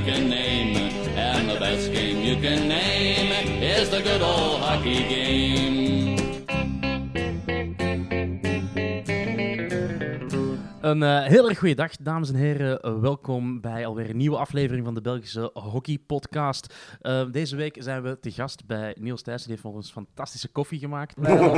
can name. And the best game you can name is the good old hockey game. Een heel erg goede dag, dames en heren. Welkom bij alweer een nieuwe aflevering van de Belgische Hockey Podcast. Deze week zijn we te gast bij Niels Thijssen. Die heeft voor ons fantastische koffie gemaakt.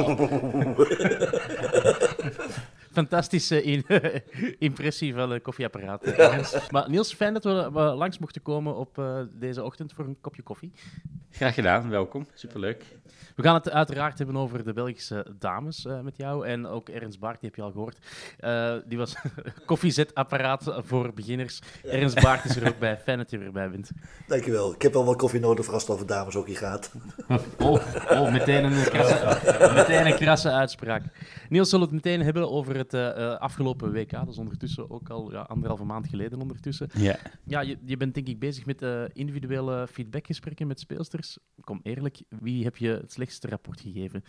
Fantastische impressie van een koffieapparaat. Maar Niels, fijn dat we langs mochten komen op deze ochtend voor een kopje koffie. Graag gedaan, welkom. Superleuk. We gaan het uiteraard hebben over de Belgische dames met jou. En ook Ernst Baart, die heb je al gehoord. Die was koffiezetapparaat voor beginners. Ernst Baart is er ook bij. Fijn dat je er weer bent. Dankjewel. Ik heb wel wat koffie nodig voor als het over dameshockey gaat. Meteen een krasse uitspraak. Niels, zullen we het meteen hebben over het afgelopen WK. Dat is ondertussen ook al 1,5 maand geleden ondertussen. Ja, je bent denk ik bezig met individuele feedbackgesprekken met speelsters. Kom eerlijk, wie heb je het slechtste rapport gegeven?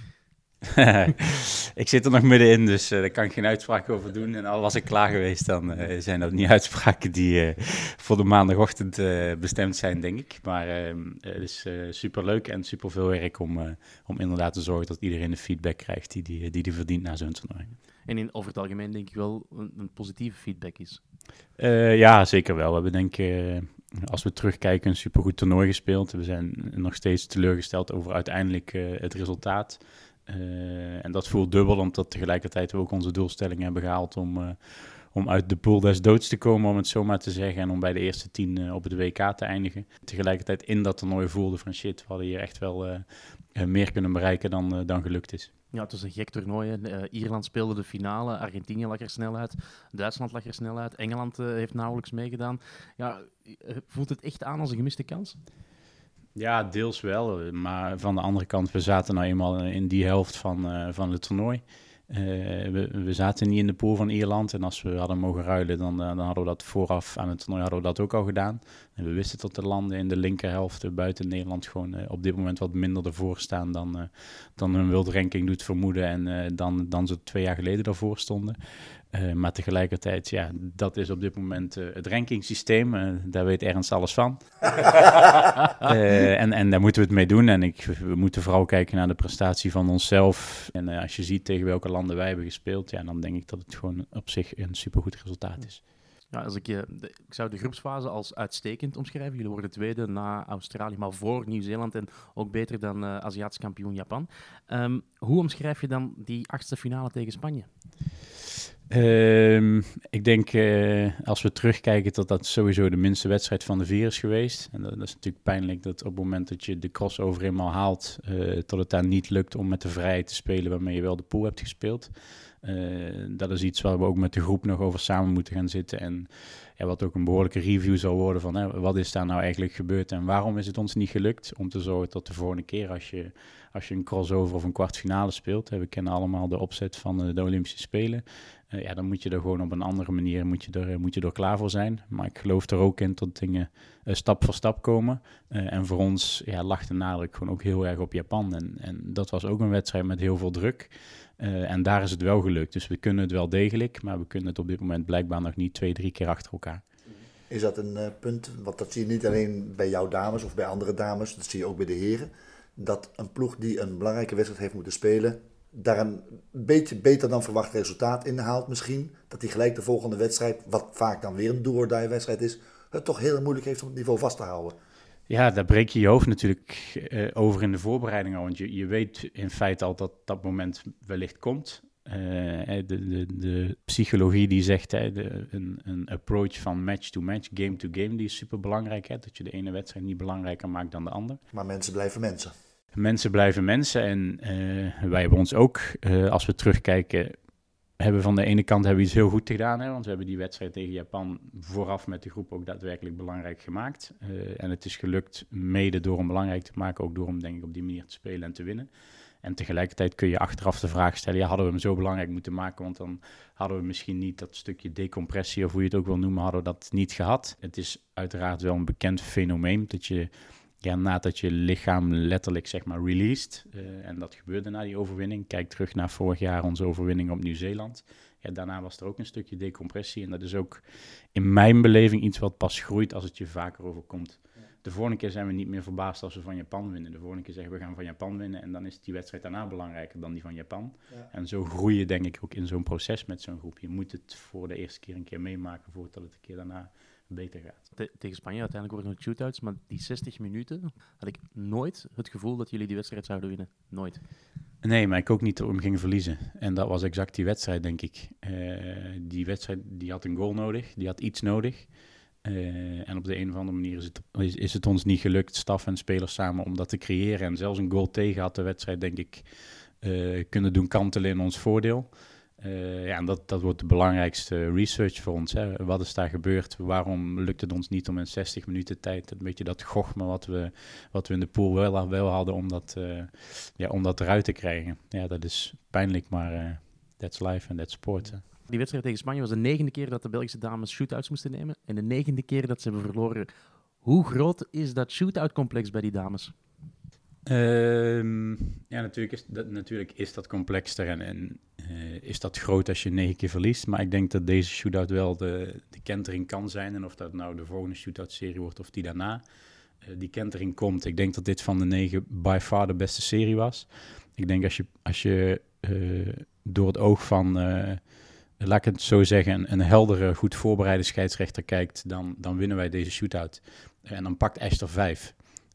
Ik zit er nog middenin, dus daar kan ik geen uitspraak over doen. En al was ik klaar geweest, dan zijn dat niet uitspraken die voor de maandagochtend bestemd zijn, denk ik. Maar het is superleuk en superveel werk om inderdaad te zorgen dat iedereen de feedback krijgt die verdient na zo'n toernooi. En over het algemeen denk ik wel een positieve feedback is. Ja, zeker wel. We hebben denk ik, als we terugkijken, een supergoed toernooi gespeeld. We zijn nog steeds teleurgesteld over uiteindelijk het resultaat. En dat voelt dubbel, omdat tegelijkertijd we ook onze doelstelling hebben gehaald om uit de pool des doods te komen, om het zo maar te zeggen, en om bij de eerste 10 op het WK te eindigen. Tegelijkertijd in dat toernooi voelde van shit, we hadden hier echt wel meer kunnen bereiken dan gelukt is. Ja, het was een gek toernooi. Ierland speelde de finale, Argentinië lag er snel uit, Duitsland lag er snel uit, Engeland heeft nauwelijks meegedaan. Ja, voelt het echt aan als een gemiste kans? Ja, deels wel. Maar van de andere kant, we zaten nou eenmaal in die helft van het toernooi. We zaten niet in de pool van Ierland. En als we hadden mogen ruilen, dan hadden we dat vooraf aan het toernooi hadden we dat ook al gedaan. En we wisten dat de landen in de linkerhelft buiten Nederland gewoon op dit moment wat minder ervoor staan dan hun World Ranking doet vermoeden. En dan ze 2 jaar geleden daarvoor stonden. Maar tegelijkertijd, ja, dat is op dit moment het rankingsysteem. Daar weet Ernst alles van. En daar moeten we het mee doen. En we moeten vooral kijken naar de prestatie van onszelf. En als je ziet tegen welke landen wij hebben gespeeld, ja, dan denk ik dat het gewoon op zich een supergoed resultaat is. Ja, ik zou de groepsfase als uitstekend omschrijven. Jullie worden tweede na Australië, maar voor Nieuw-Zeeland en ook beter dan Aziatisch kampioen Japan. Hoe omschrijf je dan die 8e finale tegen Spanje? Ik denk, als we terugkijken, dat sowieso de minste wedstrijd van de 4 is geweest. En dat is natuurlijk pijnlijk dat op het moment dat je de crossover eenmaal haalt, dat het daar niet lukt om met de vrijheid te spelen waarmee je wel de pool hebt gespeeld. Dat is iets waar we ook met de groep nog over samen moeten gaan zitten. En ja, wat ook een behoorlijke review zal worden van wat is daar nou eigenlijk gebeurd en waarom is het ons niet gelukt? Om te zorgen dat de volgende keer als je een crossover of een kwartfinale speelt, we kennen allemaal de opzet van de Olympische Spelen. Dan moet je er gewoon op een andere manier moet je er klaar voor zijn. Maar ik geloof er ook in dat dingen stap voor stap komen. En voor ons lag de nadruk gewoon ook heel erg op Japan. En dat was ook een wedstrijd met heel veel druk. En daar is het wel gelukt. Dus we kunnen het wel degelijk, maar we kunnen het op dit moment blijkbaar nog niet 2-3 keer achter elkaar. Is dat een punt, want dat zie je niet alleen bij jouw dames of bij andere dames, dat zie je ook bij de heren, dat een ploeg die een belangrijke wedstrijd heeft moeten spelen, daar een beetje beter dan verwacht resultaat in haalt misschien, dat hij gelijk de volgende wedstrijd, wat vaak dan weer een do-or-die wedstrijd is, het toch heel moeilijk heeft om het niveau vast te houden. Ja, daar breek je hoofd natuurlijk over in de voorbereiding al. Want je weet in feite al dat dat moment wellicht komt. De psychologie die zegt, een approach van match to match, game to game, die is super belangrijk. Dat je de ene wedstrijd niet belangrijker maakt dan de ander. Maar mensen blijven mensen. Mensen blijven mensen en wij hebben ons ook, als we terugkijken, hebben van de ene kant hebben we iets heel goed gedaan. Want we hebben die wedstrijd tegen Japan vooraf met de groep ook daadwerkelijk belangrijk gemaakt. En het is gelukt mede door hem belangrijk te maken, ook door hem denk ik op die manier te spelen en te winnen. En tegelijkertijd kun je achteraf de vraag stellen, hadden we hem zo belangrijk moeten maken, want dan hadden we misschien niet dat stukje decompressie, of hoe je het ook wil noemen, hadden we dat niet gehad. Het is uiteraard wel een bekend fenomeen dat je nadat je lichaam letterlijk zeg maar released. En dat gebeurde na die overwinning. Kijk terug naar vorig jaar onze overwinning op Nieuw-Zeeland. Ja, daarna was er ook een stukje decompressie. En dat is ook in mijn beleving iets wat pas groeit als het je vaker overkomt. De vorige keer zijn we niet meer verbaasd als we van Japan winnen. De vorige keer zeggen we gaan van Japan winnen en dan is die wedstrijd daarna belangrijker dan die van Japan. Ja. En zo groei je denk ik ook in zo'n proces met zo'n groep. Je moet het voor de eerste keer een keer meemaken voordat het een keer daarna beter gaat. Tegen Spanje uiteindelijk worden het shootouts, maar die 60 minuten had ik nooit het gevoel dat jullie die wedstrijd zouden winnen. Nooit. Nee, maar ik ook niet dat we hem gingen verliezen. En dat was exact die wedstrijd, denk ik. Die wedstrijd die had een goal nodig, die had iets nodig. En op de een of andere manier is het ons niet gelukt, staf en spelers samen, om dat te creëren. En zelfs een goal tegen had de wedstrijd, denk ik, kunnen doen kantelen in ons voordeel. En dat wordt de belangrijkste research voor ons. Hè. Wat is daar gebeurd? Waarom lukt het ons niet om in 60 minuten tijd een beetje dat gochme wat we in de pool wel hadden om dat eruit te krijgen? Ja, dat is pijnlijk, maar that's life and that's sport. Hè. Die wedstrijd tegen Spanje was de 9e keer dat de Belgische dames shootouts moesten nemen en de 9e keer dat ze hebben verloren. Hoe groot is dat shootout-complex bij die dames? Ja, natuurlijk is dat complexer en is dat groot als je 9 keer verliest. Maar ik denk dat deze shootout wel de kentering kan zijn. En of dat nou de volgende shootout-serie wordt of die daarna. Die kentering komt. Ik denk dat dit van de 9 by far de beste serie was. Ik denk als je door het oog van, laat ik het zo zeggen, een heldere, goed voorbereide scheidsrechter kijkt, dan winnen wij deze shootout. En dan pakt Esther 5.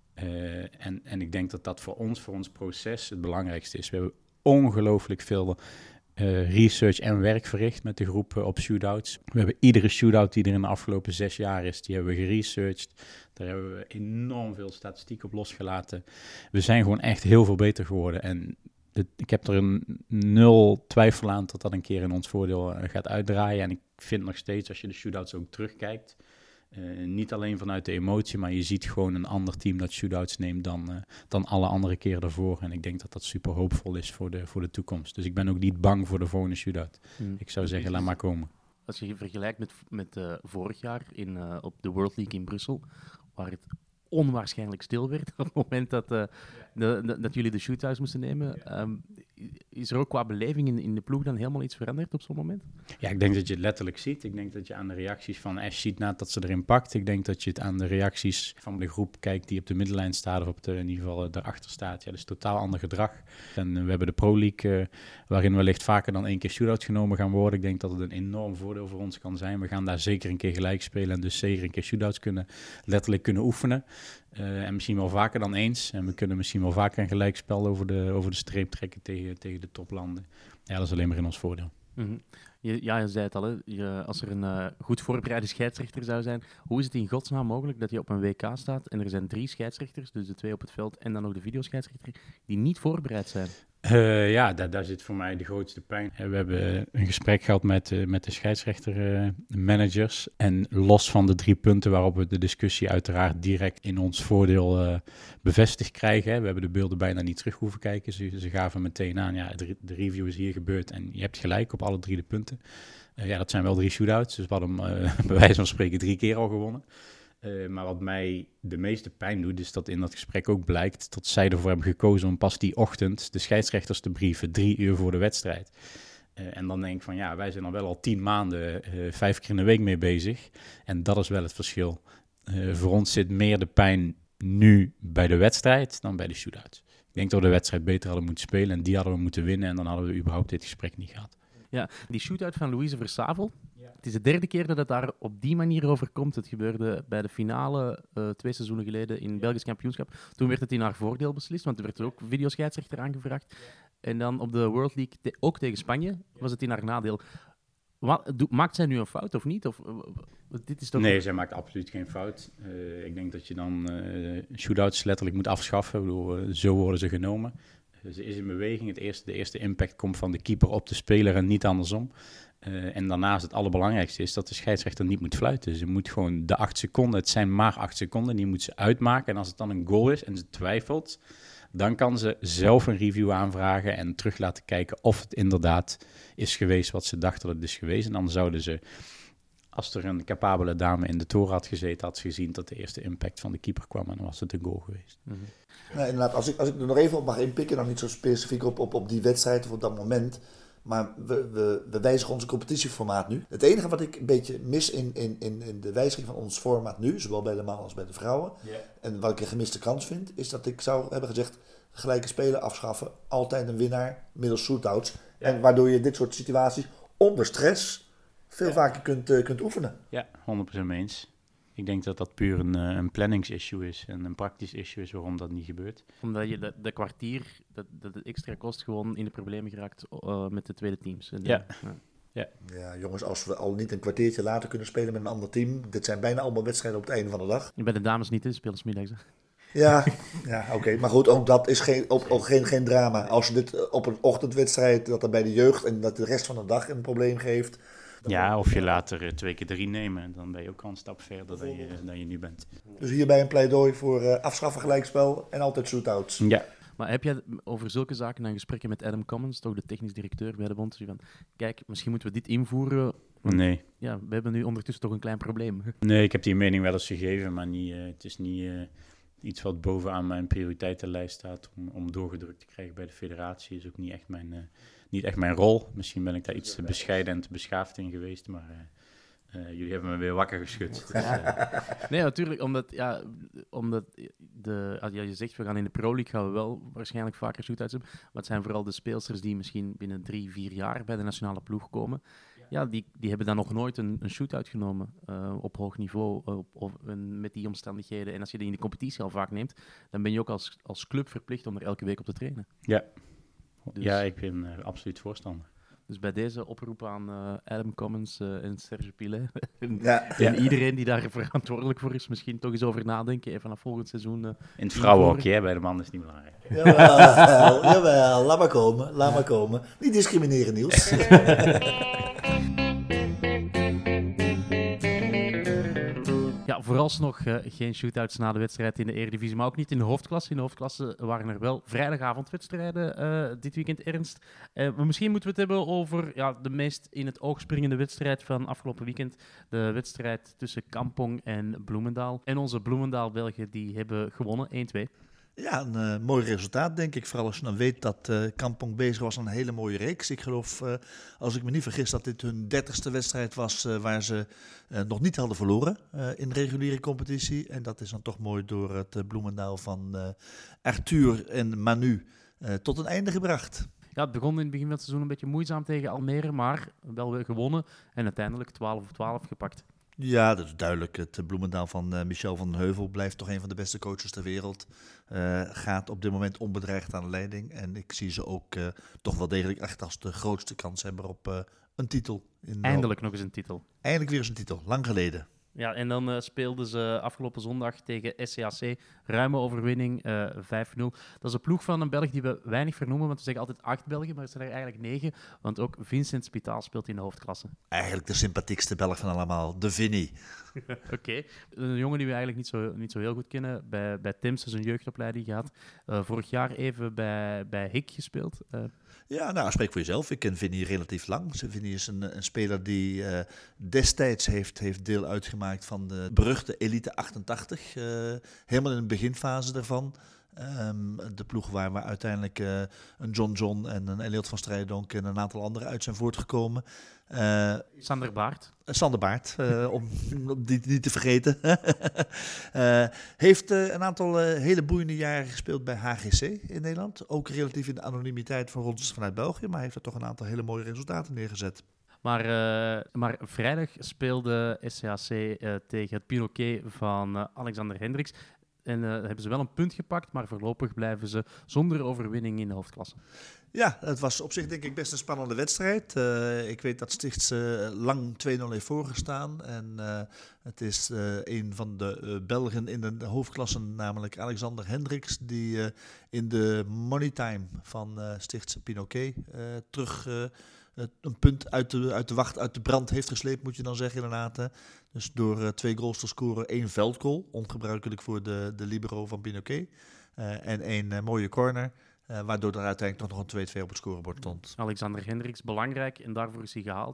En ik denk dat voor ons proces het belangrijkste is. We hebben ongelooflijk veel research en werk verricht met de groep op shootouts. We hebben iedere shootout die er in de afgelopen 6 jaar is, die hebben we geresearched. Daar hebben we enorm veel statistiek op losgelaten. We zijn gewoon echt heel veel beter geworden. En ik heb er 0 twijfel aan dat een keer in ons voordeel gaat uitdraaien. En ik vind nog steeds, als je de shootouts ook terugkijkt, niet alleen vanuit de emotie, maar je ziet gewoon een ander team dat shootouts neemt dan alle andere keren daarvoor. En ik denk dat dat super hoopvol is voor de toekomst. Dus ik ben ook niet bang voor de volgende shootout. Ik zou zeggen, laat maar komen. Als je vergelijkt met vorig jaar op de World League in Brussel, waar het onwaarschijnlijk stil werd op het moment dat jullie de shootouts moesten nemen. Is er ook qua beleving in de ploeg dan helemaal iets veranderd op zo'n moment? Ja, ik denk dat je het letterlijk ziet. Ik denk dat je aan de reacties van Ash ziet nadat ze erin pakt. Ik denk dat je het aan de reacties van de groep kijkt die op de middenlijn staat of in ieder geval daarachter staat. Ja, dat is totaal ander gedrag. En we hebben de Pro League waarin wellicht vaker dan 1 keer shootouts genomen gaan worden. Ik denk dat het een enorm voordeel voor ons kan zijn. We gaan daar zeker een keer gelijk spelen en dus zeker een keer shootouts letterlijk kunnen oefenen. En misschien wel vaker dan eens. En we kunnen misschien wel vaker een gelijkspel over de streep trekken tegen de toplanden. Ja, dat is alleen maar in ons voordeel. Mm-hmm. Je zei het al, hè? Als er een goed voorbereide scheidsrechter zou zijn, hoe is het in godsnaam mogelijk dat je op een WK staat en er zijn 3 scheidsrechters, dus de 2 op het veld en dan nog de videoscheidsrechter, die niet voorbereid zijn? Daar zit voor mij de grootste pijn. We hebben een gesprek gehad met de scheidsrechtermanagers. En los van de 3 punten waarop we de discussie uiteraard direct in ons voordeel bevestigd krijgen. We hebben de beelden bijna niet terug hoeven kijken. Ze gaven meteen aan, de review is hier gebeurd en je hebt gelijk op alle 3 de punten. Dat zijn wel 3 shootouts, dus we hadden hem bij wijze van spreken 3 keer al gewonnen. Maar wat mij de meeste pijn doet, is dat in dat gesprek ook blijkt dat zij ervoor hebben gekozen om pas die ochtend de scheidsrechters te brieven, 3 uur voor de wedstrijd. En dan denk ik van, wij zijn er wel al 10 maanden, 5 keer in de week mee bezig. En dat is wel het verschil. Voor ons zit meer de pijn nu bij de wedstrijd dan bij de shootout. Ik denk dat we de wedstrijd beter hadden moeten spelen en die hadden we moeten winnen en dan hadden we überhaupt dit gesprek niet gehad. Ja, die shootout van Louise Versavel. Ja. Het is de 3e keer dat het daar op die manier over komt. Het gebeurde bij de finale 2 seizoenen geleden in het Belgisch kampioenschap. Toen werd het in haar voordeel beslist, want er werd ook videoscheidsrechter aangevraagd. Ja. En dan op de World League, ook tegen Spanje, was het in haar nadeel. Maakt zij nu een fout of niet? Dit is toch... Nee, zij maakt absoluut geen fout. Ik denk dat je dan shootouts letterlijk moet afschaffen. Ik bedoel, zo worden ze genomen. Ze is in beweging. De eerste impact komt van de keeper op de speler en niet andersom. En daarnaast het allerbelangrijkste is dat de scheidsrechter niet moet fluiten. Ze moet gewoon de 8 seconden, het zijn maar 8 seconden, die moet ze uitmaken. En als het dan een goal is en ze twijfelt, dan kan ze zelf een review aanvragen en terug laten kijken of het inderdaad is geweest wat ze dachten dat het is geweest. En dan zouden ze, als er een capabele dame in de toren had gezeten, had ze gezien dat de eerste impact van de keeper kwam en dan was het een goal geweest. Mm-hmm. Nou, inderdaad, als ik er nog even op mag inpikken, dan niet zo specifiek op die wedstrijd of op dat moment. Maar we wijzigen onze competitieformaat nu. Het enige wat ik een beetje mis in de wijziging van ons formaat nu, zowel bij de mannen als bij de vrouwen, en wat ik een gemiste kans vind, is dat ik zou hebben gezegd, gelijke spelen afschaffen, altijd een winnaar, middels shootouts. Ja. En waardoor je dit soort situaties onder stress veel vaker kunt oefenen. Ja, 100% mee eens. Ik denk dat dat puur een planningsissue is en een praktisch issue is waarom dat niet gebeurt. Omdat je de kwartier, dat het extra kost, gewoon in de problemen geraakt met de tweede teams. Ja, jongens, als we al niet een kwartiertje later kunnen spelen met een ander team, dit zijn bijna allemaal wedstrijden op het einde van de dag. Bij de dames niet, spelen ze middags. Ja, oké. Maar goed, ook dat is geen drama. Als je dit op een ochtendwedstrijd, dat er bij de jeugd en dat de rest van de dag een probleem geeft. Ja, of je later 2 keer 3 nemen, dan ben je ook al een stap verder dan je nu bent. Dus hierbij een pleidooi voor afschaffen gelijkspel en altijd shootouts. Ja. Maar heb jij over zulke zaken dan gesprekken met Adam Commons, toch de technisch directeur bij de bond? Van, kijk, misschien moeten we dit invoeren. Want, nee. Ja, we hebben nu ondertussen toch een klein probleem. Nee, ik heb die mening wel eens gegeven, maar het is niet iets wat bovenaan mijn prioriteitenlijst staat om doorgedrukt te krijgen bij de federatie. Is ook niet echt mijn rol. Misschien ben ik daar iets te bescheiden en te beschaafd in geweest, maar jullie hebben me weer wakker geschud. Dus, Nee, natuurlijk, omdat als je zegt, we gaan in de Pro League, gaan we wel waarschijnlijk vaker shootouts hebben, maar het zijn vooral de speelsters die misschien binnen 3-4 jaar bij de nationale ploeg komen. Ja, die hebben dan nog nooit een shootout genomen op hoog niveau met die omstandigheden. En als je die in de competitie al vaak neemt, dan ben je ook als club verplicht om er elke week op te trainen. Ja, dus, ja, ik ben absoluut voorstander. Dus bij deze oproep aan Adam Commons en Serge Pilet en iedereen die daar verantwoordelijk voor is, misschien toch eens over nadenken en vanaf volgend seizoen... in het vrouwenhockey, bij de man is het niet belangrijk. Jawel, laat maar komen. Niet discrimineren, Niels. Ja, vooralsnog geen shootouts na de wedstrijd in de Eredivisie, maar ook niet in de hoofdklasse. In de hoofdklasse waren er wel vrijdagavondwedstrijden dit weekend, Ernst. Maar misschien moeten we het hebben over de meest in het oog springende wedstrijd van afgelopen weekend. De wedstrijd tussen Kampong en Bloemendaal. En onze Bloemendaal-Belgen die hebben gewonnen, 1-2. Ja, een mooi resultaat, denk ik. Vooral als je dan weet dat Kampong bezig was aan een hele mooie reeks. Ik geloof, als ik me niet vergis, dat dit hun 30ste wedstrijd was waar ze nog niet hadden verloren in de reguliere competitie. En dat is dan toch mooi door het Bloemendaal van Arthur en Manu tot een einde gebracht. Ja, het begon in het begin van het seizoen een beetje moeizaam tegen Almere, maar wel weer gewonnen en uiteindelijk 12-12 gepakt. Ja, dat is duidelijk. Het Bloemendaal van Michel van den Heuvel blijft toch een van de beste coaches ter wereld. Gaat op dit moment onbedreigd aan de leiding. En ik zie ze ook toch wel degelijk echt als de grootste kanshebber op een titel. Eindelijk nog eens een titel. Eindelijk weer eens een titel, lang geleden. Ja, en dan speelden ze afgelopen zondag tegen SCAC. Ruime overwinning, 5-0. Dat is een ploeg van een Belg die we weinig vernoemen, want we zeggen altijd 8 Belgen, maar het zijn er eigenlijk 9. Want ook Vincent Spitaal speelt in de hoofdklasse. Eigenlijk de sympathiekste Belg van allemaal, de Vinnie. Oké. Een jongen die we eigenlijk niet zo heel goed kennen. Bij Tim's is een jeugdopleiding gehad. Vorig jaar even bij Hik gespeeld. Ja, nou, spreek voor jezelf. Ik ken Vinnie relatief lang. Vinnie is een speler die destijds heeft deel uitgemaakt van de beruchte Elite 88. Helemaal in de beginfase daarvan. De ploeg waar uiteindelijk een John en een Elliot van Strijdonk en een aantal anderen uit zijn voortgekomen. Sander Baart, om die niet te vergeten. Heeft een aantal hele boeiende jaren gespeeld bij HGC in Nederland. Ook relatief in de anonimiteit van rondjes vanuit België, maar heeft er toch een aantal hele mooie resultaten neergezet. Maar vrijdag speelde SCAC tegen het Pinoquet van Alexander Hendricks. En hebben ze wel een punt gepakt, maar voorlopig blijven ze zonder overwinning in de hoofdklasse. Ja, het was op zich denk ik best een spannende wedstrijd. Ik weet dat Stichts lang 2-0 heeft voorgestaan. En het is een van de Belgen in de hoofdklasse, namelijk Alexander Hendricks, die in de money time van Stichts Pinoquet terug een punt uit de brand heeft gesleept, moet je dan zeggen inderdaad. Dus door 2 goals te scoren, 1 veldgoal, ongebruikelijk voor de libero van Pinoquet. En 1 mooie corner, waardoor er uiteindelijk nog een 2-2 op het scorebord stond. Alexander Hendricks, belangrijk en daarvoor is hij gehaald. Want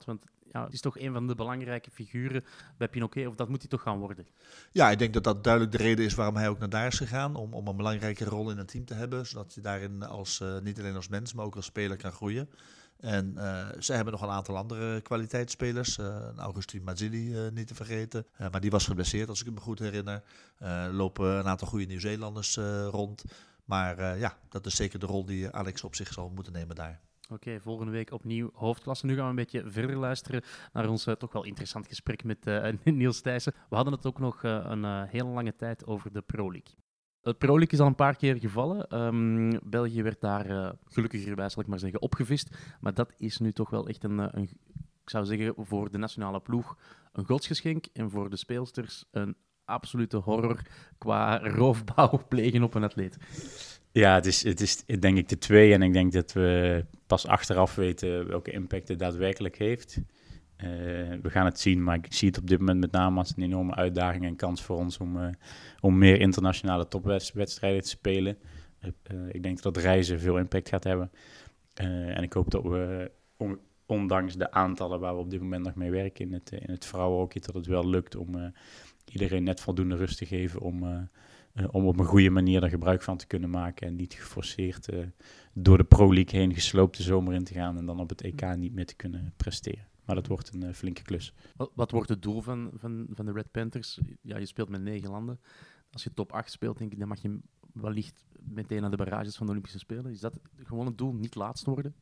het is toch een van de belangrijke figuren bij Pinoquet, of dat moet hij toch gaan worden? Ja, ik denk dat dat duidelijk de reden is waarom hij ook naar daar is gegaan. Om een belangrijke rol in een team te hebben. Zodat je daarin niet alleen als mens, maar ook als speler kan groeien. En zij hebben nog een aantal andere kwaliteitsspelers. Augustin Mazzilli niet te vergeten. Maar die was geblesseerd, als ik me goed herinner. Lopen een aantal goede Nieuw-Zeelanders rond. Maar dat is zeker de rol die Alex op zich zal moeten nemen daar. Oké, volgende week opnieuw hoofdklasse. Nu gaan we een beetje verder luisteren naar ons toch wel interessant gesprek met Niels Thijssen. We hadden het ook nog een hele lange tijd over de Pro League. Het Pro League is al een paar keer gevallen. België werd daar gelukkigerbij, zal ik maar zeggen, opgevist. Maar dat is nu toch wel echt ik zou zeggen, voor de nationale ploeg een godsgeschenk. En voor de speelsters een absolute horror qua roofbouw plegen op een atleet. Ja, het is denk ik de twee. En ik denk dat we pas achteraf weten welke impact het daadwerkelijk heeft. We gaan het zien, maar ik zie het op dit moment met name als een enorme uitdaging en kans voor ons om meer internationale topwedstrijden te spelen. Ik denk dat reizen veel impact gaat hebben. En ik hoop dat we, ondanks de aantallen waar we op dit moment nog mee werken in het vrouwenhockey, dat het wel lukt om iedereen net voldoende rust te geven om op een goede manier er gebruik van te kunnen maken en niet geforceerd door de Pro League heen gesloopt de zomer in te gaan en dan op het EK niet meer te kunnen presteren. Maar dat wordt een flinke klus. Wat wordt het doel van de Red Panthers? Ja, je speelt met 9 landen. Als je top 8 speelt, denk ik, dan mag je wellicht meteen naar de barrages van de Olympische Spelen. Is dat gewoon het doel, niet laatst worden?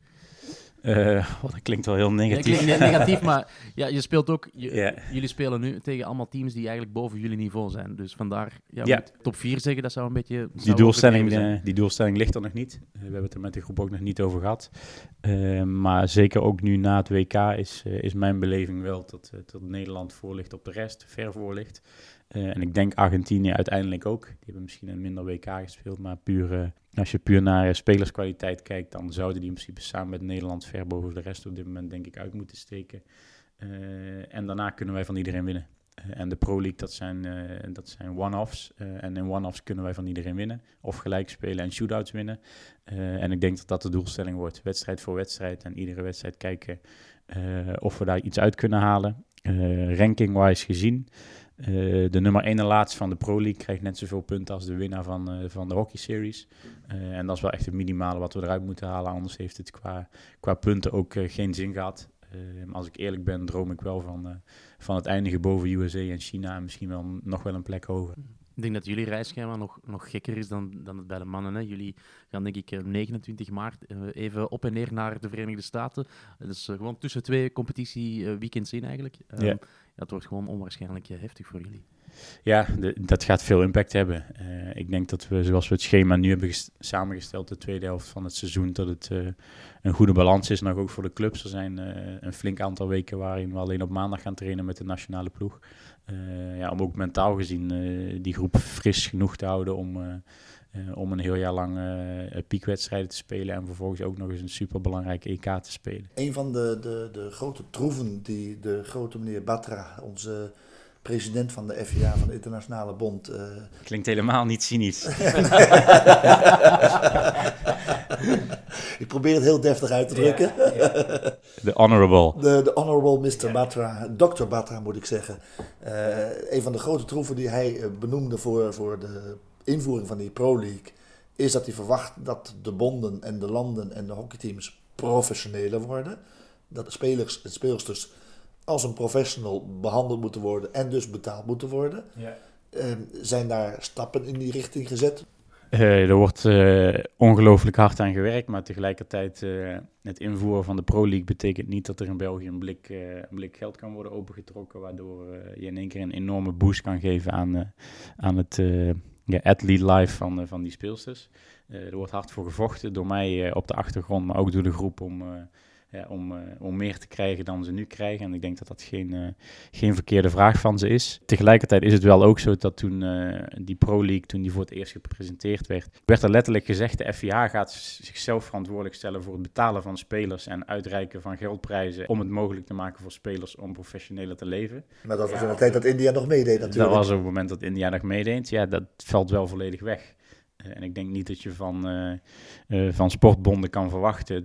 Dat klinkt wel heel negatief. Ja, klinkt negatief, maar ja, je speelt ook... Jullie spelen nu tegen allemaal teams die eigenlijk boven jullie niveau zijn. Dus vandaar, top 4 zeggen, dat zou een beetje... Die doelstelling ligt er nog niet. We hebben het er met de groep ook nog niet over gehad. Maar zeker ook nu na het WK is mijn beleving wel dat Nederland voor ligt op de rest, ver voor ligt. En ik denk Argentinië uiteindelijk ook. Die hebben misschien een minder WK gespeeld, maar als je puur naar spelerskwaliteit kijkt, dan zouden die in principe samen met Nederland ver boven de rest op dit moment denk ik uit moeten steken. En daarna kunnen wij van iedereen winnen. En de Pro League, dat zijn one-offs. En in one-offs kunnen wij van iedereen winnen. Of gelijk spelen en shootouts winnen. En ik denk dat dat de doelstelling wordt. Wedstrijd voor wedstrijd en iedere wedstrijd kijken of we daar iets uit kunnen halen. Ranking-wise gezien. De nummer 1 en laatste van de Pro League krijgt net zoveel punten als de winnaar van de Hockey Series. En dat is wel echt het minimale wat we eruit moeten halen. Anders heeft het qua punten ook geen zin gehad. Als ik eerlijk ben, droom ik wel van het eindigen boven USA en China. En misschien wel nog wel een plek hoger. Ik denk dat jullie reisschema nog gekker is dan het bij de mannen. Hè. Jullie gaan denk ik 29 maart even op en neer naar de Verenigde Staten. Dat is gewoon tussen 2 competitieweekends in eigenlijk. Dat wordt gewoon onwaarschijnlijk heftig voor jullie. Ja, dat gaat veel impact hebben. Ik denk dat we, zoals we het schema nu hebben samengesteld, de tweede helft van het seizoen, dat het een goede balans is. Nog ook voor de clubs. Er zijn een flink aantal weken waarin we alleen op maandag gaan trainen met de nationale ploeg. Om ook mentaal gezien die groep fris genoeg te houden om een heel jaar lang piekwedstrijden te spelen en vervolgens ook nog eens een superbelangrijke EK te spelen. Een van de grote troeven die de grote meneer Batra, onze president van de FIA, van de Internationale Bond... Klinkt helemaal niet cynisch. Ik probeer het heel deftig uit te drukken. De honorable. De honorable Mr. Batra, Dr. Batra moet ik zeggen. Een van de grote troeven die hij benoemde voor de invoering van die Pro League is dat hij verwacht dat de bonden en de landen en de hockeyteams professioneler worden. Dat de spelers en speelsters als een professional behandeld moeten worden en dus betaald moeten worden. Ja. Zijn daar stappen in die richting gezet? Er wordt ongelooflijk hard aan gewerkt, maar tegelijkertijd het invoeren van de Pro League betekent niet dat er in België een blik geld kan worden opengetrokken, waardoor je in één keer een enorme boost kan geven aan het athlete life van die speelsters. Er wordt hard voor gevochten door mij op de achtergrond, maar ook door de groep om meer te krijgen dan ze nu krijgen. En ik denk dat dat geen verkeerde vraag van ze is. Tegelijkertijd is het wel ook zo dat toen die Pro League, toen die voor het eerst gepresenteerd werd er letterlijk gezegd, de FIA gaat zichzelf verantwoordelijk stellen voor het betalen van spelers en uitreiken van geldprijzen om het mogelijk te maken voor spelers om professioneler te leven. Maar dat was in de tijd dat India nog meedeed natuurlijk. Dat was op het moment dat India nog meedeed. Ja, dat valt wel volledig weg. En ik denk niet dat je van sportbonden kan verwachten.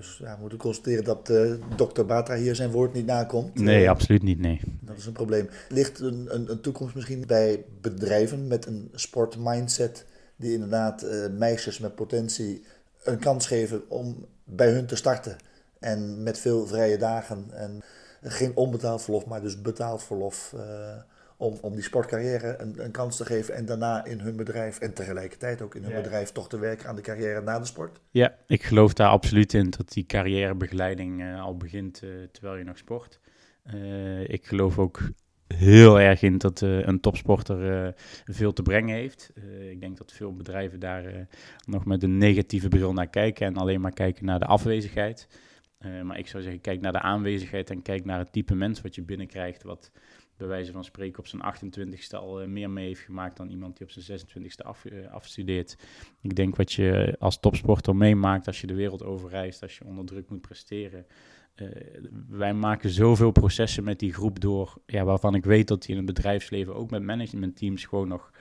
Dus we moeten constateren dat dokter Batra hier zijn woord niet nakomt. Nee, absoluut niet, nee. Dat is een probleem. Ligt een toekomst misschien bij bedrijven met een sportmindset die inderdaad meisjes met potentie een kans geven om bij hun te starten. En met veel vrije dagen en geen onbetaald verlof, maar dus betaald verlof om die sportcarrière een kans te geven en daarna in hun bedrijf en tegelijkertijd ook in hun bedrijf toch te werken aan de carrière na de sport? Ja, ik geloof daar absoluut in dat die carrièrebegeleiding al begint terwijl je nog sport. Ik geloof ook heel erg in dat een topsporter veel te brengen heeft. Ik denk dat veel bedrijven daar nog met een negatieve bril naar kijken en alleen maar kijken naar de afwezigheid. Maar ik zou zeggen, kijk naar de aanwezigheid en kijk naar het type mens wat je binnenkrijgt, wat bij wijze van spreken op zijn 28ste al meer mee heeft gemaakt dan iemand die op zijn 26ste afstudeert. Ik denk wat je als topsporter meemaakt als je de wereld overreist, als je onder druk moet presteren. Wij maken zoveel processen met die groep door, waarvan ik weet dat die in het bedrijfsleven ook met managementteams gewoon nog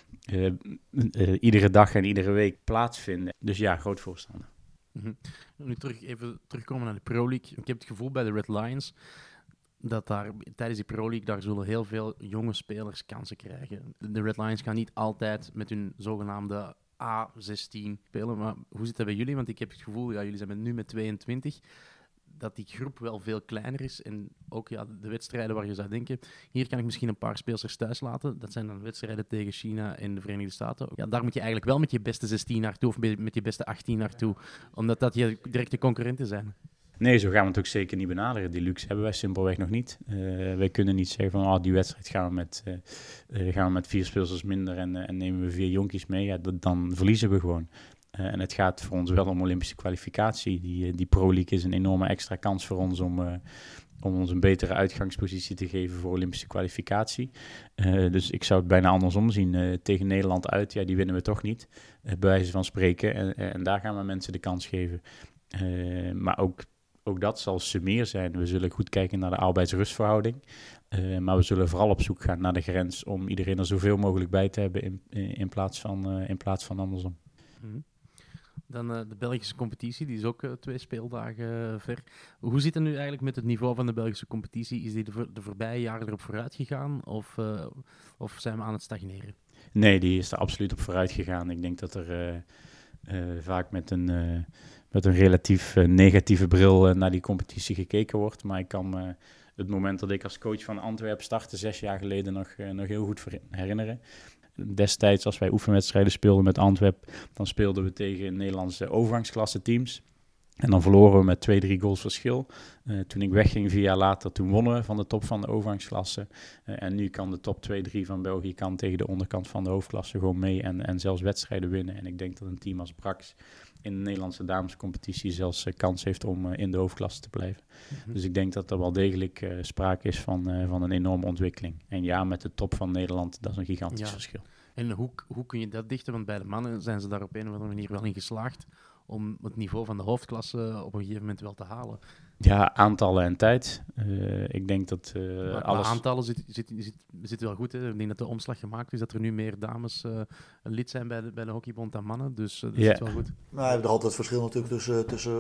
iedere dag en iedere week plaatsvinden. Dus ja, groot voorstander. Mm-hmm. Nu even terugkomen naar de Pro League. Ik heb het gevoel bij de Red Lions dat daar tijdens die Pro League daar zullen heel veel jonge spelers kansen krijgen. De Red Lions gaan niet altijd met hun zogenaamde A16 spelen, maar hoe zit dat bij jullie? Want ik heb het gevoel, jullie zijn nu met 22, dat die groep wel veel kleiner is. En ook de wedstrijden waar je zou denken, hier kan ik misschien een paar speelsters thuis laten. Dat zijn dan wedstrijden tegen China en de Verenigde Staten. Ja, daar moet je eigenlijk wel met je beste 16 naartoe of met je beste 18 naartoe. Omdat dat je directe concurrenten zijn. Nee, zo gaan we het ook zeker niet benaderen. Die luxe hebben wij simpelweg nog niet. Wij kunnen niet zeggen van die wedstrijd gaan we met 4 speelsters minder en nemen we 4 jonkies mee. Ja, dan verliezen we gewoon. En het gaat voor ons wel om Olympische kwalificatie. Die Pro League is een enorme extra kans voor ons om ons een betere uitgangspositie te geven voor Olympische kwalificatie. Dus ik zou het bijna andersom zien. Tegen Nederland uit, die winnen we toch niet. Bij wijze van spreken. En daar gaan we mensen de kans geven. Maar ook dat zal summier zijn. We zullen goed kijken naar de arbeidsrustverhouding. Maar we zullen vooral op zoek gaan naar de grens om iedereen er zoveel mogelijk bij te hebben in plaats van andersom. Mm-hmm. Dan de Belgische competitie, die is ook 2 speeldagen ver. Hoe zit het nu eigenlijk met het niveau van de Belgische competitie? Is die de voorbije jaren erop vooruit gegaan of zijn we aan het stagneren? Nee, die is er absoluut op vooruit gegaan. Ik denk dat er vaak met een relatief negatieve bril naar die competitie gekeken wordt. Maar ik kan het moment dat ik als coach van Antwerpen startte 6 jaar geleden nog heel goed herinneren. Destijds, als wij oefenwedstrijden speelden met Antwerpen, dan speelden we tegen Nederlandse overgangsklasse teams. En dan verloren we met 2-3 goals verschil. Toen ik wegging 4 jaar later, toen wonnen we van de top van de overgangsklasse. En nu kan de top 2-3 van België tegen de onderkant van de hoofdklasse gewoon mee en zelfs wedstrijden winnen. En ik denk dat een team als Brax in de Nederlandse damescompetitie zelfs kans heeft om in de hoofdklasse te blijven. Mm-hmm. Dus ik denk dat er wel degelijk sprake is van een enorme ontwikkeling. En ja, met de top van Nederland, dat is een gigantisch verschil. En hoe kun je dat dichten? Want bij de mannen zijn ze daar op een of andere manier wel in geslaagd om het niveau van de hoofdklasse op een gegeven moment wel te halen. Ja, aantallen en tijd. Ik denk dat alles... aantallen zit wel goed. Hè? Ik denk dat de omslag gemaakt is dat er nu meer dames lid zijn bij de hockeybond dan mannen. Dus dat zit wel goed. Nou, je hebt er altijd het verschil natuurlijk tussen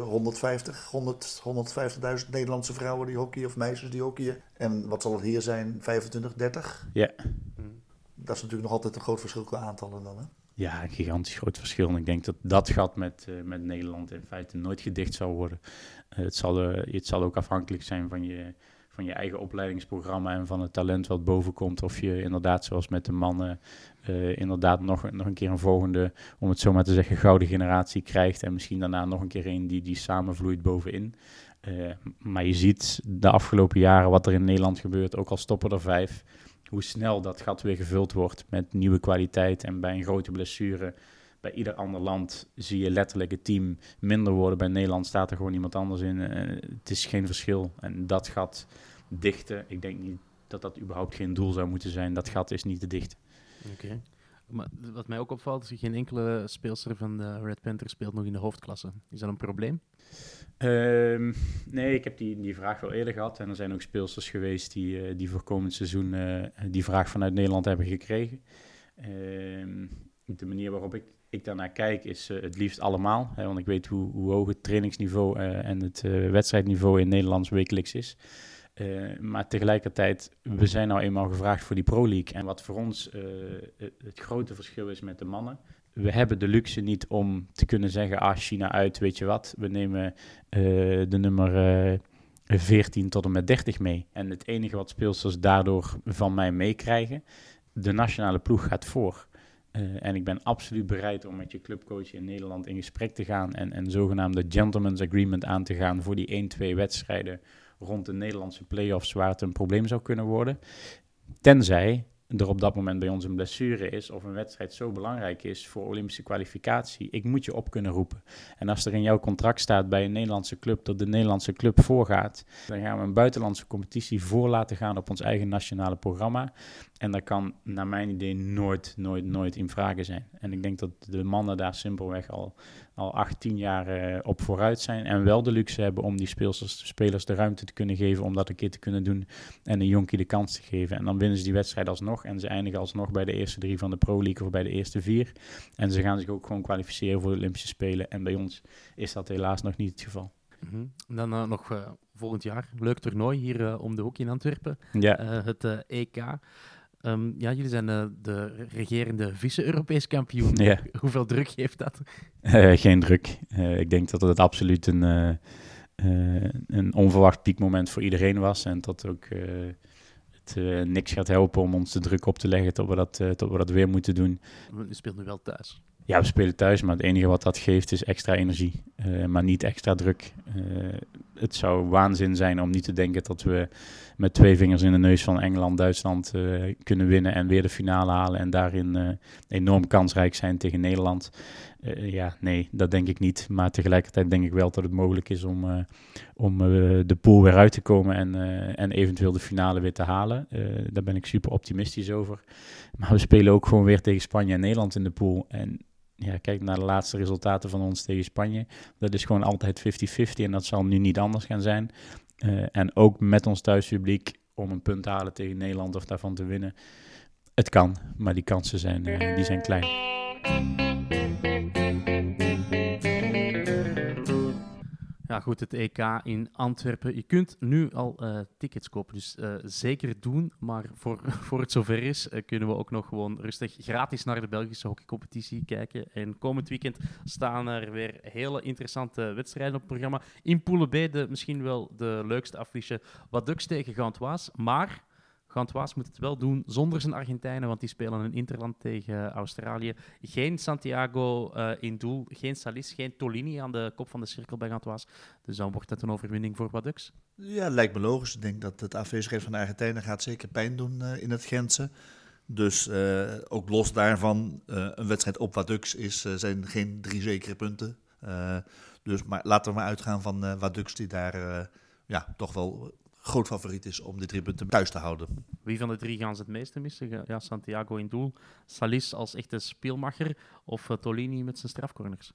150.000 Nederlandse vrouwen die hockeyen of meisjes die hockeyen. En wat zal het hier zijn? 25, 30? Ja. Dat is natuurlijk nog altijd een groot verschil qua aantallen dan, hè? Ja, een gigantisch groot verschil. En ik denk dat gat met Nederland in feite nooit gedicht zal worden. Het zal ook afhankelijk zijn van je eigen opleidingsprogramma en van het talent wat bovenkomt. Of je inderdaad, zoals met de mannen, inderdaad nog een keer een volgende, om het zo maar te zeggen, gouden generatie krijgt. En misschien daarna nog een keer een die samenvloeit bovenin. Maar je ziet de afgelopen jaren wat er in Nederland gebeurt, ook al stoppen er 5... hoe snel dat gat weer gevuld wordt met nieuwe kwaliteit. En bij een grote blessure, bij ieder ander land zie je letterlijk het team minder worden. Bij Nederland staat er gewoon iemand anders in. Het is geen verschil. En dat gat dichten, ik denk niet dat überhaupt geen doel zou moeten zijn. Dat gat is niet te dichten. Oké. Maar wat mij ook opvalt, is dat geen enkele speelster van de Red Panthers speelt nog in de hoofdklasse. Is dat een probleem? Nee, ik heb die vraag wel eerder gehad. En er zijn ook speelsters geweest die voor komend seizoen die vraag vanuit Nederland hebben gekregen. De manier waarop ik ik daarnaar kijk, is het liefst allemaal. Hè, want ik weet hoe hoog het trainingsniveau en het wedstrijdniveau in Nederlands wekelijks is. Maar tegelijkertijd, we zijn nou eenmaal gevraagd voor die Pro League. En wat voor ons het grote verschil is met de mannen. We hebben de luxe niet om te kunnen zeggen, China uit, weet je wat. We nemen de nummer 14 tot en met 30 mee. En het enige wat speelsters daardoor van mij meekrijgen, de nationale ploeg gaat voor. En ik ben absoluut bereid om met je clubcoach in Nederland in gesprek te gaan en zogenaamde gentleman's agreement aan te gaan voor die 1-2 wedstrijden rond de Nederlandse play-offs waar het een probleem zou kunnen worden. Tenzij er op dat moment bij ons een blessure is of een wedstrijd zo belangrijk is voor Olympische kwalificatie. Ik moet je op kunnen roepen. En als er in jouw contract staat bij een Nederlandse club dat de Nederlandse club voorgaat, dan gaan we een buitenlandse competitie voor laten gaan op ons eigen nationale programma. En dat kan naar mijn idee nooit in vragen zijn. En ik denk dat de mannen daar simpelweg al 18 jaar op vooruit zijn en wel de luxe hebben om die spelers de ruimte te kunnen geven om dat een keer te kunnen doen en een jonkie de kans te geven. En dan winnen ze die wedstrijd alsnog en ze eindigen alsnog bij de eerste 3 van de Pro League of bij de eerste 4. En ze gaan zich ook gewoon kwalificeren voor de Olympische Spelen. En bij ons is dat helaas nog niet het geval. Mm-hmm. En dan nog volgend jaar, leuk toernooi hier om de hoek in Antwerpen, het EK. Jullie zijn de regerende vice-Europees kampioen. Ja. Hoeveel druk geeft dat? Geen druk. Ik denk dat het absoluut een onverwacht piekmoment voor iedereen was. En dat ook het niks gaat helpen om ons de druk op te leggen tot we dat weer moeten doen. Je speelt nu wel thuis. Ja, we spelen thuis, maar het enige wat dat geeft is extra energie. Maar niet extra druk. Het zou waanzin zijn om niet te denken dat we met 2 vingers in de neus van Engeland, Duitsland kunnen winnen en weer de finale halen en daarin enorm kansrijk zijn tegen Nederland. Nee, dat denk ik niet. Maar tegelijkertijd denk ik wel dat het mogelijk is om de pool weer uit te komen en eventueel de finale weer te halen. Daar ben ik super optimistisch over. Maar we spelen ook gewoon weer tegen Spanje en Nederland in de pool. En kijk naar de laatste resultaten van ons tegen Spanje. Dat is gewoon altijd 50-50 en dat zal nu niet anders gaan zijn. En ook met ons thuispubliek om een punt te halen tegen Nederland of daarvan te winnen. Het kan, maar die kansen zijn klein. Ja goed, het EK in Antwerpen. Je kunt nu al tickets kopen, dus zeker doen. Maar voor het zover is, kunnen we ook nog gewoon rustig gratis naar de Belgische hockeycompetitie kijken. En komend weekend staan er weer hele interessante wedstrijden op het programma. In Pool B misschien wel de leukste affiche. Vaduz tegen Gantoise, maar Gantoise moet het wel doen zonder zijn Argentijnen, want die spelen een interland tegen Australië. Geen Santiago in doel, geen Salis, geen Tolini aan de kop van de cirkel bij Gantoise. Dus dan wordt het een overwinning voor Vaduz. Ja, lijkt me logisch. Ik denk dat het afwezigheid van de Argentijnen gaat zeker pijn doen in het Gentse. Dus ook los daarvan, een wedstrijd op Vaduz zijn geen 3 zekere punten. Maar laten we maar uitgaan van Vaduz die daar toch wel groot favoriet is om die 3 punten thuis te houden. Wie van de 3 gaan ze het meeste missen? Ja, Santiago in doel, Salis als echte speelmacher of Tolini met zijn strafcorners?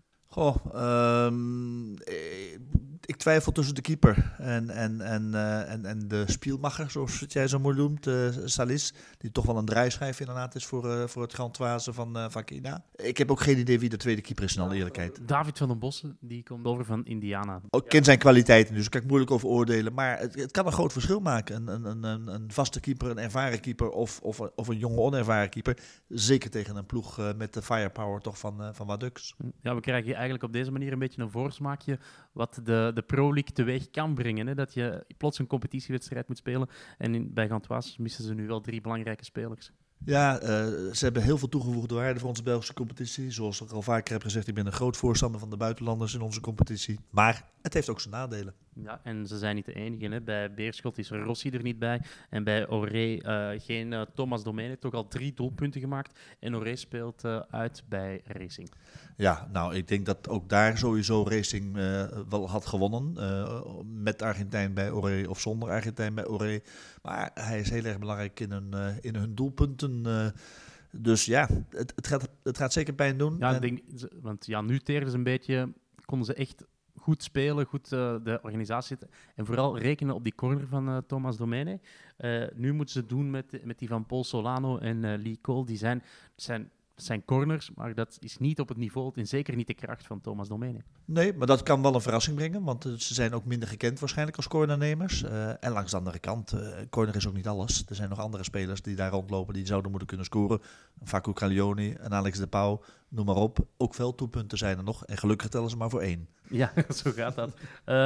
Ik twijfel tussen de keeper en de spielmacher, zoals het jij zo mooi noemt, Salis, die toch wel een draaischijf inderdaad is voor het Gantoise van Kina. Ik heb ook geen idee wie de tweede keeper is in alle eerlijkheid. David van den Bossen, die komt over van Indiana. Ik ken zijn kwaliteiten, dus daar kan ik moeilijk over oordelen. Maar het kan een groot verschil maken. Een vaste keeper, een ervaren keeper of een jonge onervaren keeper. Zeker tegen een ploeg met de firepower toch van Vaduz. Ja, we krijgen eigenlijk op deze manier een beetje een voorsmaakje wat de Pro League teweeg kan brengen. Hè? Dat je plots een competitiewedstrijd moet spelen. En bij Gantoise missen ze nu wel 3 belangrijke spelers. Ja, ze hebben heel veel toegevoegde waarde voor onze Belgische competitie. Zoals ik al vaker heb gezegd, ik ben een groot voorstander van de buitenlanders in onze competitie. Maar het heeft ook zijn nadelen. Ja, en ze zijn niet de enige. Hè. Bij Beerschot is Rossi er niet bij. En bij Oré geen Thomas Domenech. Toch al 3 doelpunten gemaakt. En Oré speelt uit bij Racing. Ja, nou, ik denk dat ook daar sowieso Racing wel had gewonnen. Met Argentijn bij Oré of zonder Argentijn bij Oré. Maar hij is heel erg belangrijk in hun doelpunten. Dus ja, het gaat zeker pijn doen. Ja, want nu tegen ze een beetje, konden ze echt goed spelen, goed de organisatie zitten. En vooral rekenen op die corner van Thomas Domenech. Nu moeten ze het doen met die van Paul Solano en Lee Cole. Die zijn Dat zijn corners, maar dat is niet op het niveau en zeker niet de kracht van Thomas Domenech. Nee, maar dat kan wel een verrassing brengen, want ze zijn ook minder gekend waarschijnlijk als cornernemers. En langs de andere kant, corner is ook niet alles. Er zijn nog andere spelers die daar rondlopen die zouden moeten kunnen scoren. Facu Caglioni, en Alex de Pauw, noem maar op. Ook velddoelpunten zijn er nog en gelukkig tellen ze maar voor 1. Ja, zo gaat dat.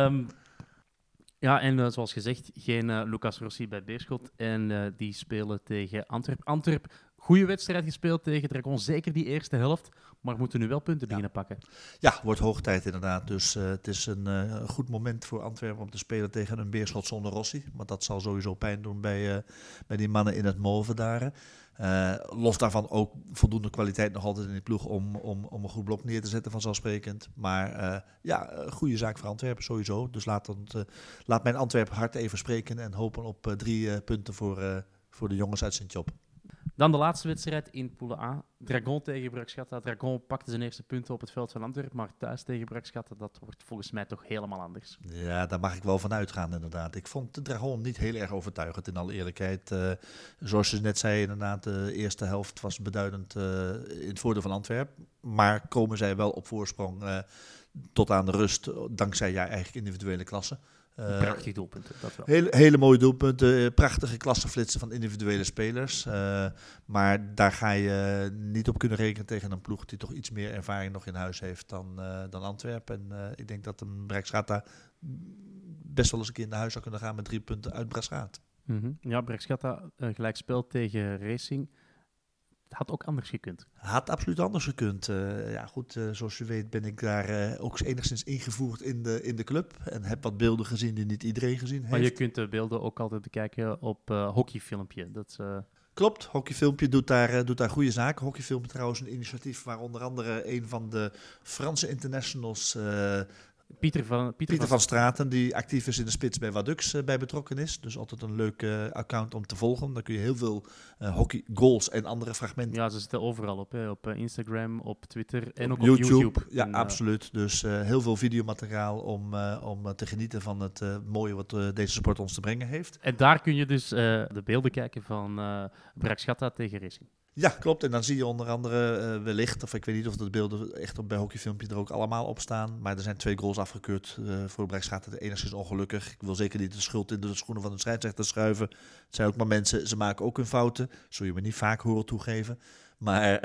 Ja, en zoals gezegd, geen Lucas Rossi bij Beerschot. En die spelen tegen Antwerp. Antwerp, goede wedstrijd gespeeld tegen Dragon. Zeker die eerste helft. Maar moeten nu wel punten beginnen pakken. Ja, wordt hoog tijd inderdaad. Dus het is een goed moment voor Antwerpen om te spelen tegen een Beerschot zonder Rossi. Want dat zal sowieso pijn doen bij die mannen in het Mauve daar. Los daarvan ook voldoende kwaliteit nog altijd in die ploeg om een goed blok neer te zetten vanzelfsprekend. Maar goede zaak voor Antwerpen sowieso. Dus laat mijn Antwerpen hart even spreken en hopen op 3 punten voor de jongens uit Sint-Job. Dan de laatste wedstrijd in Pool A. Dragon tegen Brugge-Schatta. Dragon pakte zijn eerste punten op het veld van Antwerpen, maar thuis tegen Brugge-Schatta, dat wordt volgens mij toch helemaal anders. Ja, daar mag ik wel van uitgaan inderdaad. Ik vond de Dragon niet heel erg overtuigend in alle eerlijkheid. Zoals je net zei inderdaad, de eerste helft was beduidend in het voordeel van Antwerpen. Maar komen zij wel op voorsprong tot aan de rust, dankzij eigen individuele klasse. Prachtig doelpunten, dat wel. Hele mooie doelpunten, prachtige klasseflitsen van individuele spelers. Maar daar ga je niet op kunnen rekenen tegen een ploeg die toch iets meer ervaring nog in huis heeft dan Antwerpen. En ik denk dat een Brugge-Schatta best wel eens een keer naar huis zou kunnen gaan met 3 punten uit Brugge-Schatta. Mm-hmm. Ja, Brugge-Schatta gelijkspel tegen Racing. Het had ook anders gekund. Had absoluut anders gekund. Zoals je weet ben ik daar ook enigszins ingevoerd in de club. En heb wat beelden gezien die niet iedereen gezien heeft. Maar je kunt de beelden ook altijd bekijken op hockeyfilmpje. Klopt, hockeyfilmpje doet daar goede zaken. Hockeyfilmpje trouwens een initiatief waar onder andere een van de Franse internationals... Pieter van Straten, die actief is in de spits bij Wadux bij betrokken is. Dus altijd een leuk account om te volgen. Dan kun je heel veel hockey goals en andere fragmenten. Ja, ze zitten overal op. Hè. Op Instagram, op Twitter en ook op YouTube. Ja, absoluut. Dus heel veel videomateriaal om te genieten van het mooie wat deze sport ons te brengen heeft. En daar kun je dus de beelden kijken van Brugge-Schatta tegen Racing. Ja, klopt. En dan zie je onder andere wellicht, of ik weet niet of de beelden echt bij hockeyfilmpje er ook allemaal op staan, maar er zijn 2 goals afgekeurd voor Brugge-Schatta. Enigszins ongelukkig. Ik wil zeker niet de schuld in de schoenen van de scheidsrechter schuiven. Het zijn ook maar mensen, ze maken ook hun fouten. Zul je me niet vaak horen toegeven. Maar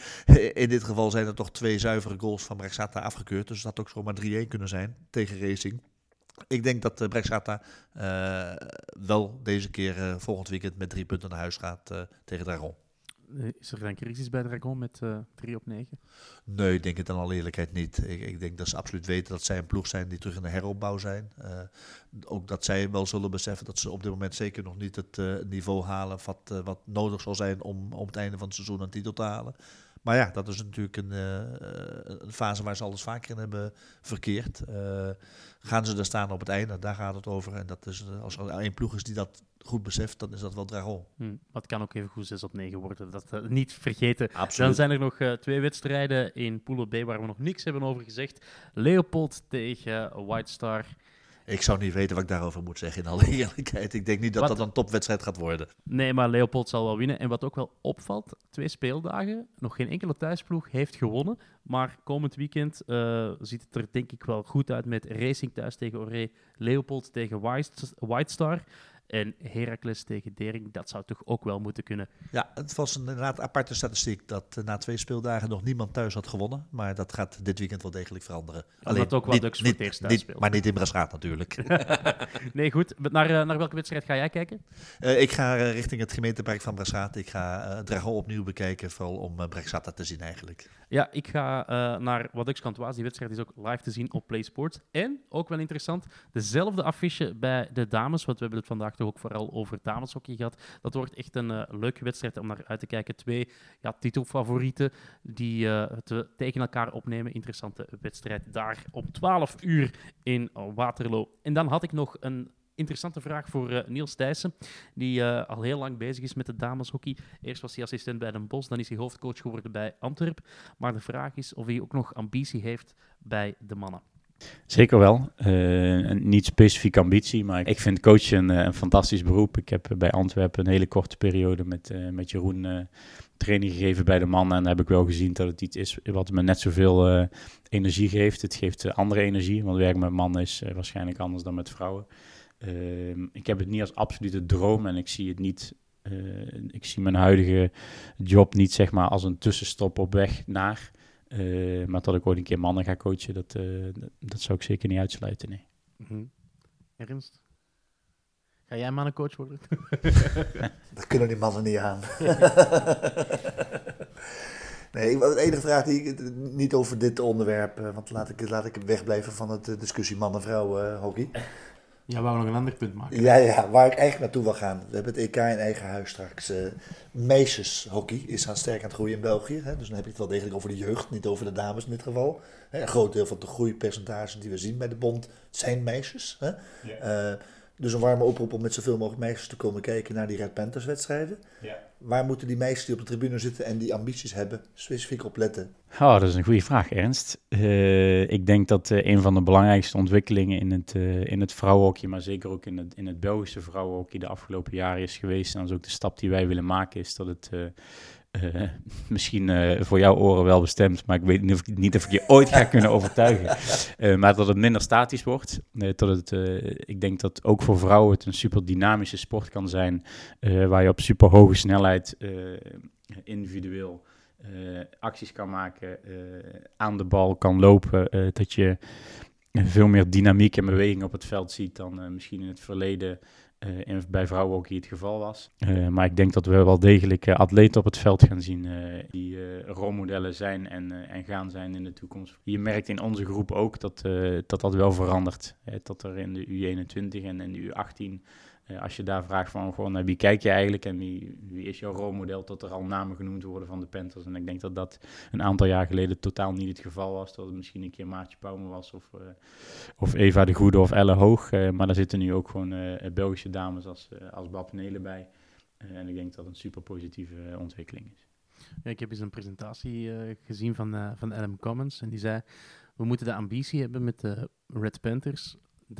in dit geval zijn er toch 2 zuivere goals van Brugge-Schatta afgekeurd. Dus dat had ook zomaar 3-1 kunnen zijn tegen Racing. Ik denk dat Brugge-Schatta wel deze keer volgend weekend met 3 punten naar huis gaat tegen Dragon. Is er dan crisis bij Dragon met 3 op 9? Nee, ik denk het in alle eerlijkheid niet. Ik denk dat ze absoluut weten dat zij een ploeg zijn die terug in de heropbouw zijn. Ook dat zij wel zullen beseffen dat ze op dit moment zeker nog niet het niveau halen wat nodig zal zijn om op het einde van het seizoen een titel te halen. Maar ja, dat is natuurlijk een fase waar ze alles vaker in hebben verkeerd. Gaan ze er staan op het einde, daar gaat het over. En dat is, als er één ploeg is die dat goed beseft, dan is dat wel Dragon. Maar het kan ook even goed 6 op 9 worden, dat niet vergeten. Absoluut. Dan zijn er nog 2 wedstrijden in Pool B waar we nog niks hebben over gezegd. Leopold tegen White Star. Ik zou niet weten wat ik daarover moet zeggen, in alle eerlijkheid. Ik denk niet dat dat een topwedstrijd gaat worden. Nee, maar Leopold zal wel winnen. En wat ook wel opvalt, 2 speeldagen, nog geen enkele thuisploeg heeft gewonnen. Maar komend weekend ziet het er denk ik wel goed uit met Racing thuis tegen Oré, Leopold tegen White Star. En Heracles tegen Dering, dat zou toch ook wel moeten kunnen. Ja, het was inderdaad een aparte statistiek dat na 2 speeldagen nog niemand thuis had gewonnen. Maar dat gaat dit weekend wel degelijk veranderen. Alleen ook wel Dux voor het eerst thuis speelt. Maar niet in Brugge natuurlijk. Nee, goed. Naar welke wedstrijd ga jij kijken? Ik ga richting het gemeentepark van Brugge. Ik ga Dragon opnieuw bekijken, vooral om Brugge te zien eigenlijk. Ja, ik ga naar Wadux Cantoise. Die wedstrijd is ook live te zien op Play Sports. En, ook wel interessant, dezelfde affiche bij de dames, want we hebben het vandaag toch ook vooral over dameshockey gehad. Dat wordt echt een leuke wedstrijd om naar uit te kijken. 2 titelfavorieten die het tegen elkaar opnemen. Interessante wedstrijd daar om 12 uur in Waterloo. En dan had ik nog een interessante vraag voor Niels Thijssen, die al heel lang bezig is met de dameshockey. Eerst was hij assistent bij Den Bosch, dan is hij hoofdcoach geworden bij Antwerpen. Maar de vraag is of hij ook nog ambitie heeft bij de mannen. Zeker wel. Niet specifiek ambitie, maar ik vind coachen een fantastisch beroep. Ik heb bij Antwerpen een hele korte periode met Jeroen training gegeven bij de mannen. En daar heb ik wel gezien dat het iets is wat me net zoveel energie geeft. Het geeft andere energie, want werken met mannen is waarschijnlijk anders dan met vrouwen. Ik heb het niet als absolute droom en ik zie het niet. Ik zie mijn huidige job niet zeg maar als een tussenstop op weg naar. Maar dat ik ooit een keer mannen ga coachen, dat zou ik zeker niet uitsluiten, nee. Mm-hmm. Ernst? Ga jij mannencoach worden? Dat kunnen die mannen niet aan. Nee, de enige vraag die ik niet over dit onderwerp, want laat ik wegblijven van het discussie man-vrouw hockey. Ja, wou nog een ander punt maken. Ja, waar ik eigenlijk naartoe wil gaan. We hebben het EK in eigen huis straks. Meisjeshockey is sterk aan het groeien in België. Hè? Dus dan heb je het wel degelijk over de jeugd, niet over de dames in dit geval. Een groot deel van de groeipercentages die we zien bij de bond zijn meisjes. Hè? Ja. Dus een warme oproep om met zoveel mogelijk meisjes te komen kijken naar die Red Panthers wedstrijden. Ja. Waar moeten die meisjes die op de tribune zitten en die ambities hebben specifiek op letten? Oh, dat is een goede vraag, Ernst. Ik denk dat een van de belangrijkste ontwikkelingen in het vrouwenhockey, maar zeker ook in het Belgische vrouwenhockey de afgelopen jaren is geweest. En dat is ook de stap die wij willen maken, is dat het misschien voor jouw oren wel bestemd, maar ik weet niet of ik je ooit ga kunnen overtuigen. Maar dat het minder statisch wordt. Ik denk dat ook voor vrouwen het een super dynamische sport kan zijn, waar je op super hoge snelheid individueel acties kan maken, aan de bal kan lopen, dat je veel meer dynamiek en beweging op het veld ziet dan misschien in het verleden bij vrouwenhockey het geval was. Maar ik denk dat we wel degelijk atleten op het veld gaan zien die rolmodellen zijn en gaan zijn in de toekomst. Je merkt in onze groep ook dat wel verandert. Dat er in de U21 en in de U18, als je daar vraagt van gewoon, naar wie kijk je eigenlijk en wie is jouw rolmodel, dat er al namen genoemd worden van de Panthers. En ik denk dat dat een aantal jaar geleden totaal niet het geval was. Dat het misschien een keer Maartje Pauwme was of Eva de Goede of Elle Hoog. Maar daar zitten nu ook gewoon Belgische dames als Bab Nelen bij. En ik denk dat het een super positieve ontwikkeling is. Ja, ik heb eens een presentatie gezien van Adam Commons en die zei, we moeten de ambitie hebben met de Red Panthers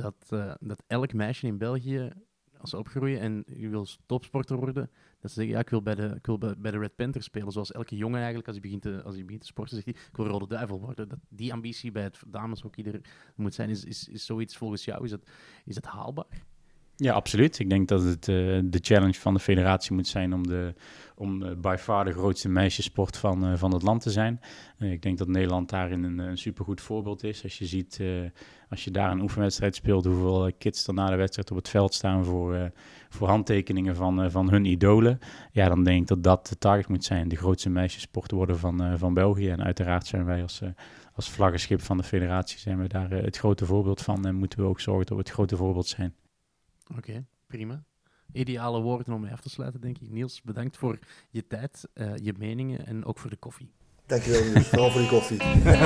dat elk meisje in België, als ze opgroeien en je wil topsporter worden, dat ze zeggen, ja, ik wil bij de Red Panthers spelen. Zoals elke jongen eigenlijk, als hij begint te sporten, zegt hij, ik wil Rode Duivel worden. Dat die ambitie bij het dameshockey er moet zijn, is zoiets volgens jou, is dat haalbaar? Ja, absoluut. Ik denk dat het de challenge van de federatie moet zijn om by far de grootste meisjesport van het land te zijn. Ik denk dat Nederland daarin een supergoed voorbeeld is. Als je ziet, als je daar een oefenwedstrijd speelt, hoeveel kids er na de wedstrijd op het veld staan voor handtekeningen van hun idolen. Ja, dan denk ik dat dat de target moet zijn. De grootste meisjesport worden van België. En uiteraard zijn wij als vlaggenschip van de federatie zijn we daar het grote voorbeeld van. En moeten we ook zorgen dat we het grote voorbeeld zijn. Oké, prima. Ideale woorden om mee af te sluiten, denk ik. Niels, bedankt voor je tijd, je meningen en ook voor de koffie. Dankjewel, Niels. Vooral voor die koffie.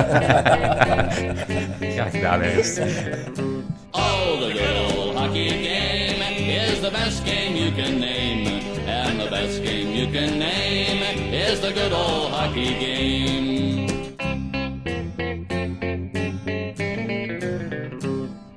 Graag gedaan, Ernst. Oh, the good old hockey game is the best game you can name. And the best game you can name is the good old hockey game.